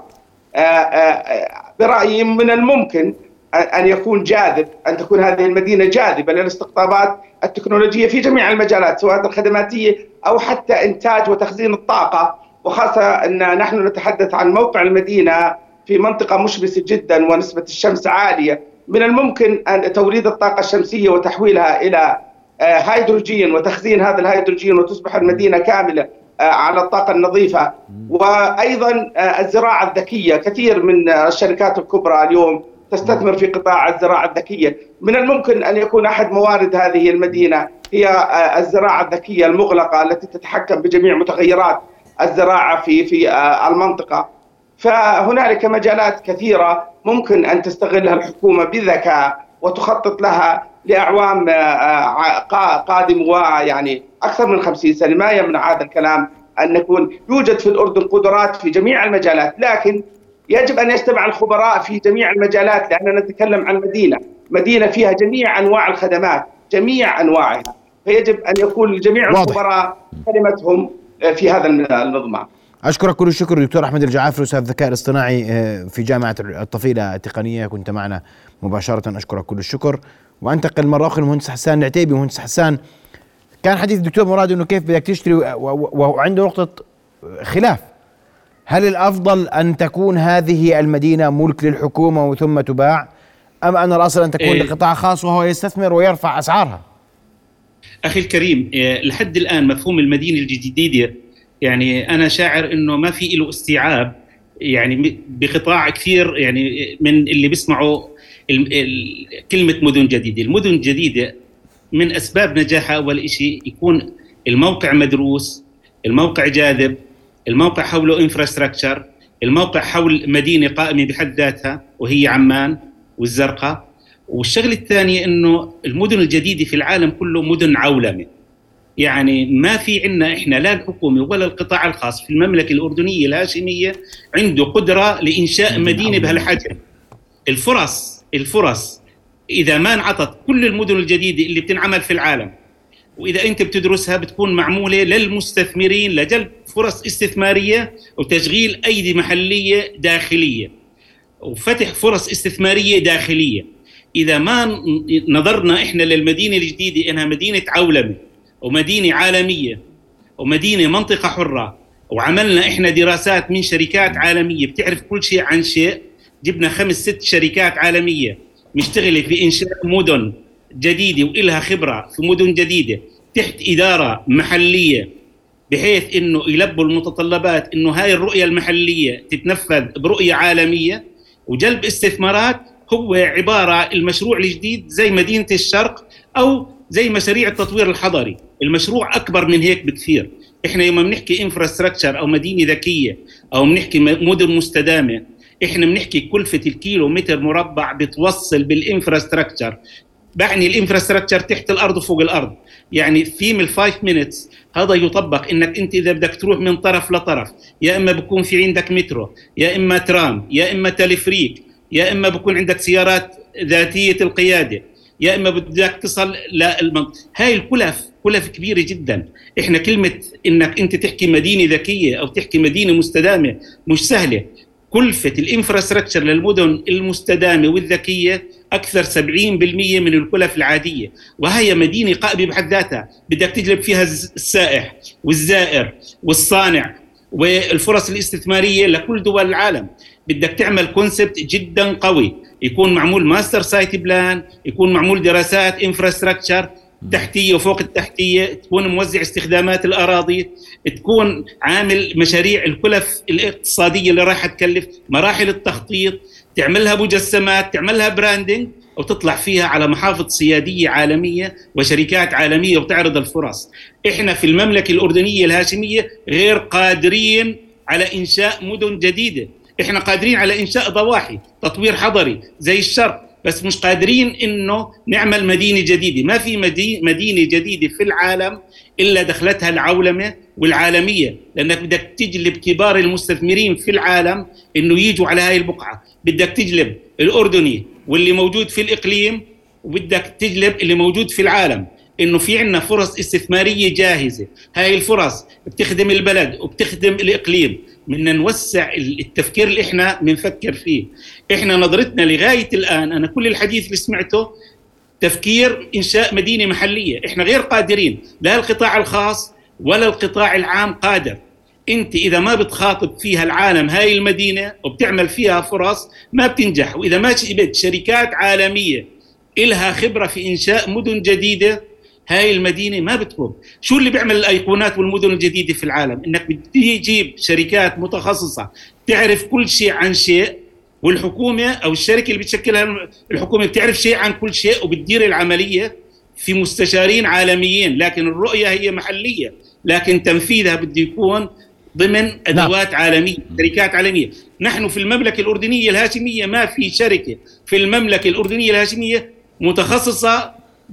برأيي من الممكن أن يكون جاذب، أن تكون هذه المدينة جاذبة للاستقطابات التكنولوجية في جميع المجالات، سواء الخدماتية أو حتى إنتاج وتخزين الطاقة، وخاصة أن نحن نتحدث عن موقع المدينة في منطقة مشمسة جدا ونسبة الشمس عالية. من الممكن أن توليد الطاقة الشمسية وتحويلها إلى هيدروجين وتخزين هذا الهيدروجين وتصبح المدينة كاملة على الطاقة النظيفة. وأيضا الزراعة الذكية، كثير من الشركات الكبرى اليوم تستثمر في قطاع الزراعة الذكية. من الممكن أن يكون أحد موارد هذه المدينة هي الزراعة الذكية المغلقة التي تتحكم بجميع متغيرات الزراعة في المنطقة. فهنالك مجالات كثيرة ممكن أن تستغلها الحكومة بذكاء وتخطط لها لأعوام قادمة، ويعني أكثر من 50 سنة. ما يمنع هذا الكلام أن يكون يوجد في الأردن قدرات في جميع المجالات، لكن يجب أن يجتمع الخبراء في جميع المجالات، لأننا نتكلم عن مدينة فيها جميع أنواع الخدمات، جميع أنواعها، فيجب أن يكون جميع الخبراء كلمتهم في هذا المضمار. أشكرك كل الشكر دكتور أحمد الجعافري، أستاذ الذكاء الاصطناعي في جامعة الطفيلة التقنية، كنت معنا مباشرة. أشكرك كل الشكر. وأنتقل مرة أخرى للمهندس حسان العتيبي. مهندس حسان، كان حديث الدكتور مراد أنه كيف بدك تشتري، وعنده نقطة خلاف. هل الأفضل أن تكون هذه المدينة ملك للحكومة وثم تباع، أم أن الأصل أن تكون لقطاع خاص وهو يستثمر ويرفع أسعارها؟ أخي الكريم، لحد الآن مفهوم المدينة الجديدة يعني أنا شاعر أنه ما في له استيعاب يعني بقطاع كثير يعني من اللي بيسمعوا كلمة مدن جديدة. المدن الجديدة من أسباب نجاحها أول شيء يكون الموقع مدروس، الموقع جاذب، الموقع حوله انفراستراكشر، الموقع حول مدينة قائمة بحد ذاتها وهي عمان والزرقاء. والشغلة الثانية أنه المدن الجديدة في العالم كله مدن عولمة، يعني ما في عنا إحنا لا الحكومة ولا القطاع الخاص في المملكة الأردنية الهاشمية عنده قدرة لإنشاء مدينة بهالحجم. الفرص إذا ما انعطت كل المدن الجديدة اللي بتنعمل في العالم، وإذا أنت بتدرسها بتكون معمولة للمستثمرين لجلب فرص استثمارية وتشغيل أيدي محلية داخلية وفتح فرص استثمارية داخلية. إذا ما نظرنا إحنا للمدينة الجديدة إنها مدينة عولمة ومدينة عالمية ومدينة منطقة حرة، وعملنا إحنا دراسات من شركات عالمية بتعرف كل شيء عن شيء، جبنا 5-6 شركات عالمية مشتغلة في إنشاء مدن جديدة وإلها خبرة في مدن جديدة تحت إدارة محلية، بحيث إنه يلبوا المتطلبات إنه هاي الرؤية المحلية تتنفذ برؤية عالمية وجلب استثمارات. هو عبارة المشروع الجديد زي مدينة الشرق أو زي مشاريع التطوير الحضري، المشروع أكبر من هيك بكثير. إحنا يوم بنحكي انفراستراكشر أو مدينة ذكية أو بنحكي مدن مستدامة، إحنا بنحكي كلفة الكيلو متر مربع بتوصل بالانفراستراكشر، بعني الانفراستراكشر تحت الأرض وفوق الأرض. يعني في من 5 minutes هذا يطبق إنك أنت إذا بدك تروح من طرف لطرف، يا إما بكون في عندك مترو، يا إما ترام، يا إما تلفريك، يا إما بكون عندك سيارات ذاتية القيادة، يا إما بدك تصل هاي الكلف كبيرة جدا. إحنا كلمة إنك أنت تحكي مدينة ذكية أو تحكي مدينة مستدامة مش سهلة. كلفة الانفراستراكشر للمدن المستدامة والذكية أكثر 70% من الكلف العادية، وهي مدينة قائمة بحد ذاتها بدك تجلب فيها السائح والزائر والصانع والفرص الاستثمارية لكل دول العالم. بدك تعمل كونسبت جدا قوي، يكون معمول ماستر سايت بلان، يكون معمول دراسات انفراستراكشر تحتية وفوق التحتية، تكون موزع استخدامات الأراضي، تكون عامل مشاريع الكلف الاقتصادية اللي راح تكلف، مراحل التخطيط، تعملها مجسمات، تعملها براندنج، وتطلع فيها على محافظ سيادية عالمية وشركات عالمية وتعرض الفرص. إحنا في المملكة الأردنية الهاشمية غير قادرين على إنشاء مدن جديدة. إحنا قادرين على إنشاء ضواحي تطوير حضري زي الشرق، بس مش قادرين إنه نعمل مدينة جديدة. ما في مدينة جديدة في العالم إلا دخلتها العولمة والعالمية، لأنك بدك تجلب كبار المستثمرين في العالم إنه يجوا على هاي البقعة. بدك تجلب الأردني واللي موجود في الإقليم، وبدك تجلب اللي موجود في العالم. إنه في عنا فرص استثمارية جاهزة، هاي الفرص بتخدم البلد وبتخدم الإقليم. بدنا نوسع التفكير اللي إحنا بنفكر فيه. إحنا نظرتنا لغاية الآن، أنا كل الحديث اللي سمعته تفكير إنشاء مدينة محلية. إحنا غير قادرين، لا القطاع الخاص ولا القطاع العام قادر. أنت إذا ما بتخاطب فيها العالم هاي المدينة وبتعمل فيها فرص ما بتنجح. وإذا ما جبت شركات عالمية إلها خبرة في إنشاء مدن جديدة، هاي المدينة ما بتقوم. شو اللي بيعمل الأيقونات والمدن الجديدة في العالم؟ إنك بتجيب شركات متخصصة تعرف كل شيء عن شيء، والحكومة أو الشركة اللي بتشكلها الحكومة بتعرف شيء عن كل شيء وبتدير العملية في مستشارين عالميين. لكن الرؤية هي محلية، لكن تنفيذها بده يكون ضمن أدوات عالمية، شركات عالمية. نحن في المملكة الأردنية الهاشمية ما في شركة في المملكة الأردنية الهاشمية متخصصة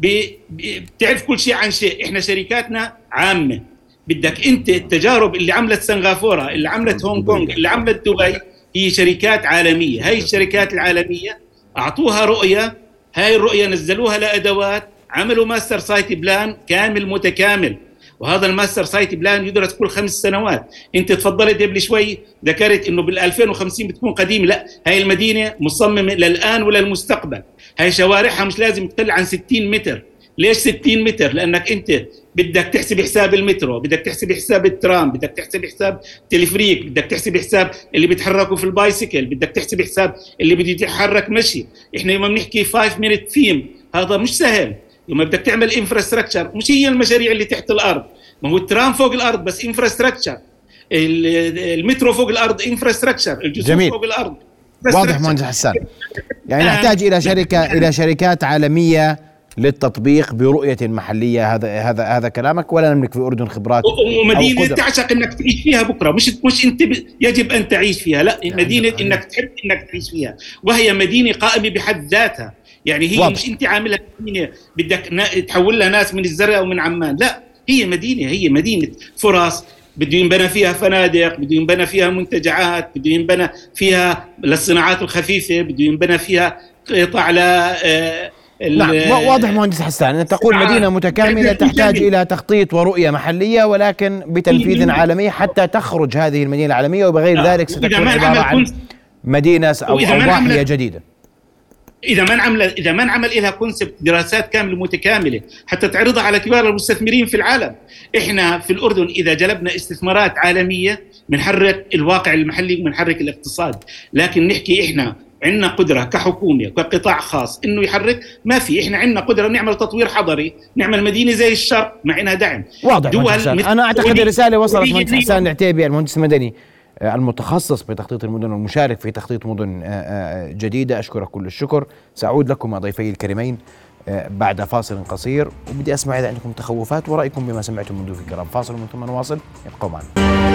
بتعرف كل شيء عن شيء. إحنا شركاتنا عامة. بدك أنت التجارب اللي عملت سنغافورة، اللي عملت هونغ كونغ، اللي عملت دبي، هي شركات عالمية. هاي الشركات العالمية أعطوها رؤية، هاي الرؤية نزلوها لأدوات، عملوا ماستر سايت بلان كامل متكامل. وهذا الماستر سايت بلان يدرس كل 5 سنوات. انت تفضلت قبل شوي ذكرت انه بال2050 بتكون قديمه، لا، هاي المدينه مصممه للان وللمستقبل. هاي شوارعها مش لازم تقل عن 60 متر. ليش 60 متر؟ لانك انت بدك تحسب حساب المترو، بدك تحسب حساب الترام، بدك تحسب حساب تلفريك، بدك تحسب حساب اللي بيتحركوا في البايسيكل، بدك تحسب حساب اللي بده يتحرك مشي. احنا يوم بنحكي 5 minute theme هذا مش سهل. يوم بدك تعمل انفراستراكشر، مش هي المشاريع اللي تحت الارض، ما هو الترام فوق الارض بس انفراستراكشر، المترو فوق الارض انفراستراكشر، الجسور فوق الارض. واضح مهندس حسان. يعني نحتاج الى شركات عالميه للتطبيق برؤيه محليه. هذا كلامك، ولا نملك في الاردن خبرات ومدينه تعشق انك تعيش فيها بكره، مش انت يجب ان تعيش فيها، لا، مدينه انك تحب انك تعيش فيها، وهي مدينه قائمه بحد ذاتها. يعني هي واضح. مش انت عاملها مدينه بدك تحول لها ناس من الزرقاء ومن عمان، لا، هي مدينه فرص. بده ينبنى فيها فنادق، بده ينبنى فيها منتجعات، بده ينبنى فيها للصناعات الخفيفه، بده ينبنى فيها قطع نعم. واضح مهندس حسان أن تقول مدينة متكاملة تحتاج إلى تخطيط ورؤية محلية، ولكن بتنفيذ عالمي حتى تخرج هذه المدينة العالمية، وبغير ذلك ستكون عبارة عن مدينة أو ضاحية جديدة. إذا ما نعمل لها كونسبت، دراسات كاملة متكاملة حتى تعرضها على كبار المستثمرين في العالم. إحنا في الأردن إذا جلبنا استثمارات عالمية بنحرك الواقع المحلي وبنحرك الاقتصاد، لكن نحكي إحنا عندنا قدرة كحكومة كقطاع خاص إنه يحرك، ما في. إحنا عندنا قدرة نعمل تطوير حضري، نعمل مدينة زي الشرق معنا دعم. واضح. أنا أعتقد الرسالة وصلت مهندس حسان العتيبي المهندس المدني المتخصص بتخطيط المدن والمشارك في تخطيط مدن جديدة. أشكرك كل الشكر. سأعود لكم ضيفي الكريمين بعد فاصل قصير، وبدي أسمع إذا عندكم تخوفات ورأيكم بما سمعتم من ضيوف الكرام. فاصل ومن ثم نواصل، ابقوا معنا.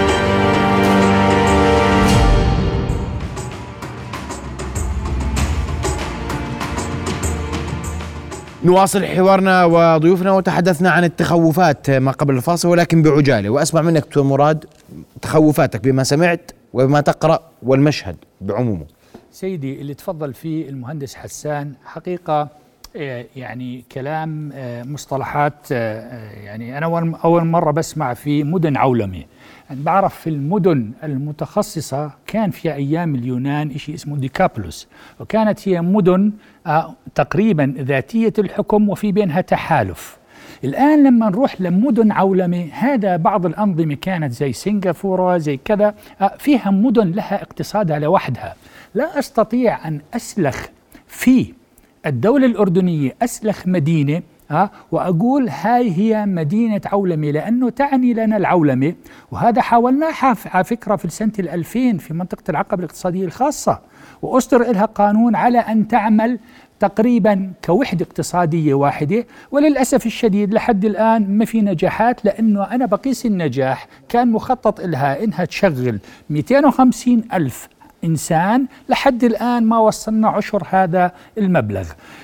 نواصل حوارنا وضيوفنا، وتحدثنا عن التخوفات ما قبل الفاصل، ولكن بعجالة. وأسمع منك دكتور مراد تخوفاتك بما سمعت وبما تقرأ والمشهد بعمومه. سيدي، اللي تفضل فيه المهندس حسان حقيقة يعني كلام مصطلحات. يعني أنا أول مرة بسمع في مدن عولمة. أنا بعرف في المدن المتخصصة كان في أيام اليونان إشي اسمه ديكابولوس، وكانت هي مدن تقريبا ذاتية الحكم وفي بينها تحالف. الآن لما نروح لمدن عولمة، هذا بعض الأنظمة كانت زي سنغافورة زي كذا، فيها مدن لها اقتصادها لوحدها. لا أستطيع أن أسلخ في الدولة الأردنية أسلخ مدينة وأقول هاي هي مدينة عولمة، لأنه تعني لنا العولمة. وهذا حاولناها على فكرة في سنة 2000 في منطقة العقبة الاقتصادية الخاصة، وأصدر لها قانون على أن تعمل تقريبا كوحدة اقتصادية واحدة. وللأسف الشديد لحد الآن ما في نجاحات، لأنه أنا بقيس النجاح كان مخطط لها إنها تشغل 250,000 إنسان لحد الآن ما وصلنا عشر هذا المبلغ،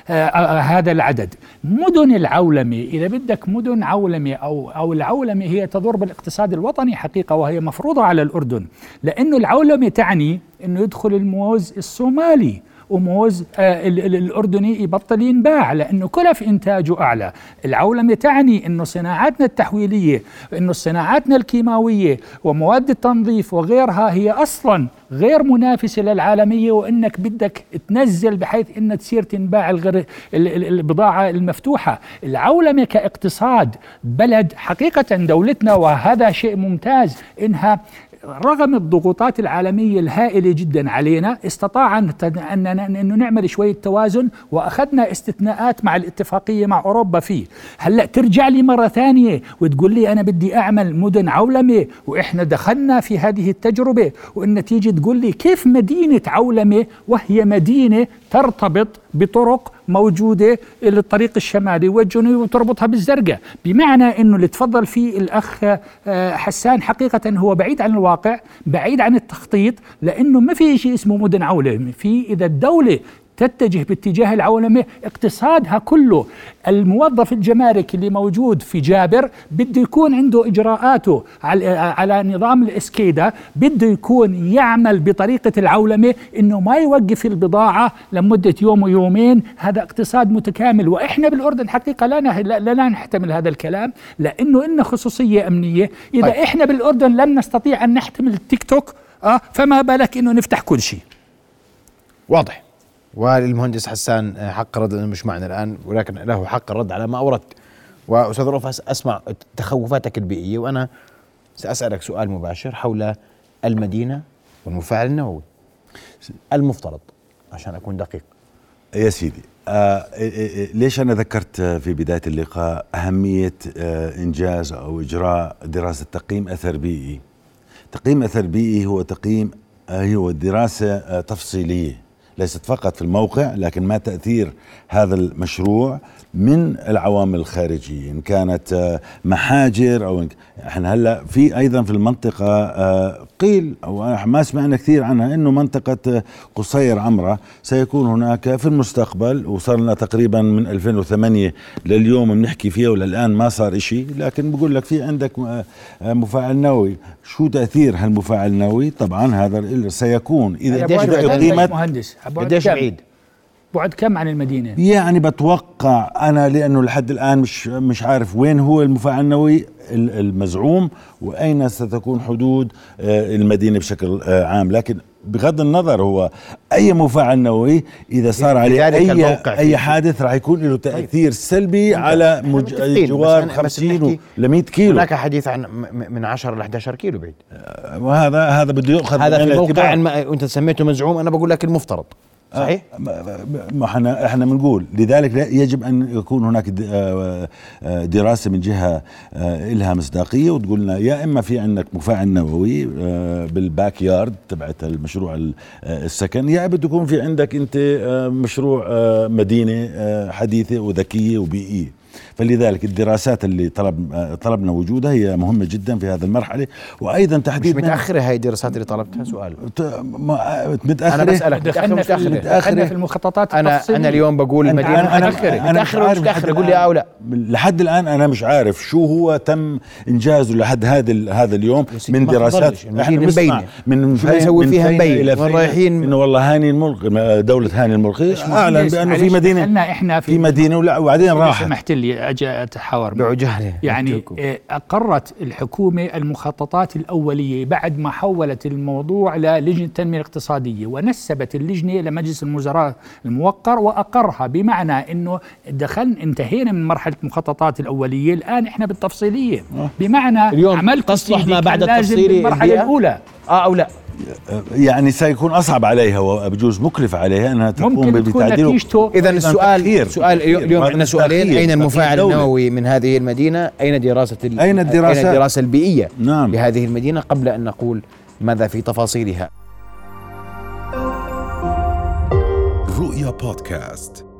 هذا العدد. مدن العولمة، إذا بدك مدن عولمة أو العولمة هي تضر بالاقتصاد الوطني حقيقة، وهي مفروضة على الأردن، لأنه العولمة تعني أنه يدخل الموز الصومالي وموز الأردني يبطل ينباع لأنه كلف إنتاجه أعلى. العولمة تعني أنه صناعاتنا التحويلية، أنه صناعاتنا الكيماوية ومواد التنظيف وغيرها هي أصلا غير منافسة للعالمية، وأنك بدك تنزل بحيث أن تصير تنباع البضاعة المفتوحة. العولمة كاقتصاد بلد حقيقة دولتنا، وهذا شيء ممتاز إنها رغم الضغوطات العالمية الهائلة جدا علينا استطاع أن نعمل شوية توازن، وأخذنا استثناءات مع الاتفاقية مع أوروبا فيه. هلأ ترجع لي مرة ثانية وتقول لي أنا بدي أعمل مدن عولمة وإحنا دخلنا في هذه التجربة، وإن تيجي تقول لي كيف مدينة عولمة وهي مدينة ترتبط بطرق موجودة للطريق الشمالي والجنوبي وتربطها بالزرقاء. بمعنى أنه اللي تفضل فيه الأخ حسان حقيقة هو بعيد عن الواقع، بعيد عن التخطيط، لأنه ما في شيء اسمه مدن عولمة. في إذا الدولة تتجه باتجاه العولمة اقتصادها كله، الموظف الجماركي اللي موجود في جابر بده يكون عنده إجراءاته على نظام الإسكيدا، بده يكون يعمل بطريقة العولمة، إنه ما يوقف البضاعة لمدة يوم ويومين. هذا اقتصاد متكامل، وإحنا بالأردن حقيقة لا نحتمل هذا الكلام، لأنه إنه خصوصية أمنية. إذا إحنا بالأردن لم نستطيع أن نحتمل التيك توك فما بالك إنه نفتح كل شيء. واضح. والمهندس حسان حق الرد، مش معنا الآن ولكن له حق الرد على ما أوردت. وأستاذ رؤوف أسمع تخوفاتك البيئية، وأنا سأسألك سؤال مباشر حول المدينة والمفاعل النووي. المفترض عشان أكون دقيق يا سيدي، ليش أنا ذكرت في بداية اللقاء أهمية إنجاز أو إجراء دراسة تقييم أثر بيئي. تقييم أثر بيئي هو دراسة تفصيلية ليست فقط في الموقع، لكن ما تأثير هذا المشروع من العوامل الخارجية، إن كانت محاجر أو احنا هلا في أيضا في المنطقة قيل أو ما سمعنا كثير عنها إنه منطقة قصير عمرة سيكون هناك في المستقبل، وصار لنا تقريبا من 2008 لليوم بنحكي فيها وللآن ما صار إشي، لكن بقول لك في عندك مفاعل نووي. شو تأثير هالمفاعل النووي؟ طبعا هذا سيكون إذا قيمة قديش بعيد؟ بعد كم عن المدينة؟ يعني بتوقع أنا، لأنه لحد الآن مش عارف وين هو المفاعل النووي المزعوم وأين ستكون حدود المدينة بشكل عام، لكن بغض النظر هو أي مفاعل نووي إذا صار عليه أي حادث راح يكون له تأثير سلبي على جوار 50 ل 100 كيلو. هناك حديث عن من 10 ل 11 كيلو بعيد، وهذا بده يؤخذ هذا في موقع أنت سميته مزعوم، أنا بقول لك المفترض صحيح. ما احنا بنقول لذلك يجب ان يكون هناك دراسه من جهه لها مصداقيه وتقول لنا يا اما في عندك مفاعل نووي بالباك يارد تبعت المشروع السكن، يا بده يكون في عندك انت مشروع مدينه حديثه وذكيه وبيئيه. فلذلك الدراسات اللي طلبنا وجودها هي مهمة جدا في هذه المرحلة، وأيضا تحديد مش متأخرة هاي الدراسات اللي طلبتها. سؤال متأخرة. أنا بسألك دخلنا في المخططات التفصيلية. أنا اليوم بقول المدينة متأخرة ومش متأخرة، قول لي أو لا. لحد الآن أنا مش عارف شو هو تم إنجازه لحد هذا اليوم من دراسات. احنا بنسمع من شو نسوي فيها مبين رايحين إنه والله هاني الملقي دولة هاني الملقي أعلن بأنه في مدينة إحنا في مدينة وبعدين راحت. سمحت لي أجي أتحاور بعجالة. يعني أقرت الحكومة المخططات الأولية بعد ما حولت الموضوع للجنة التنمية الاقتصادية، ونسبت اللجنة لمجلس الموزراء الموقر وأقرها، بمعنى أنه انتهينا من مرحلة المخططات الأولية، الآن إحنا بالتفصيلية، بمعنى عمل تصلح ما بعد التفصيلي المرحلة الأولى أو لا. يعني سيكون أصعب عليها وبجوز مكلف عليها أنها تقوم بالتعديل. إذا السؤال اليوم عندنا سؤالين: أين المفاعل النووي من هذه المدينة؟ أين الدراسة البيئية لهذه المدينة قبل أن نقول ماذا في تفاصيلها؟ رؤيا بودكاست.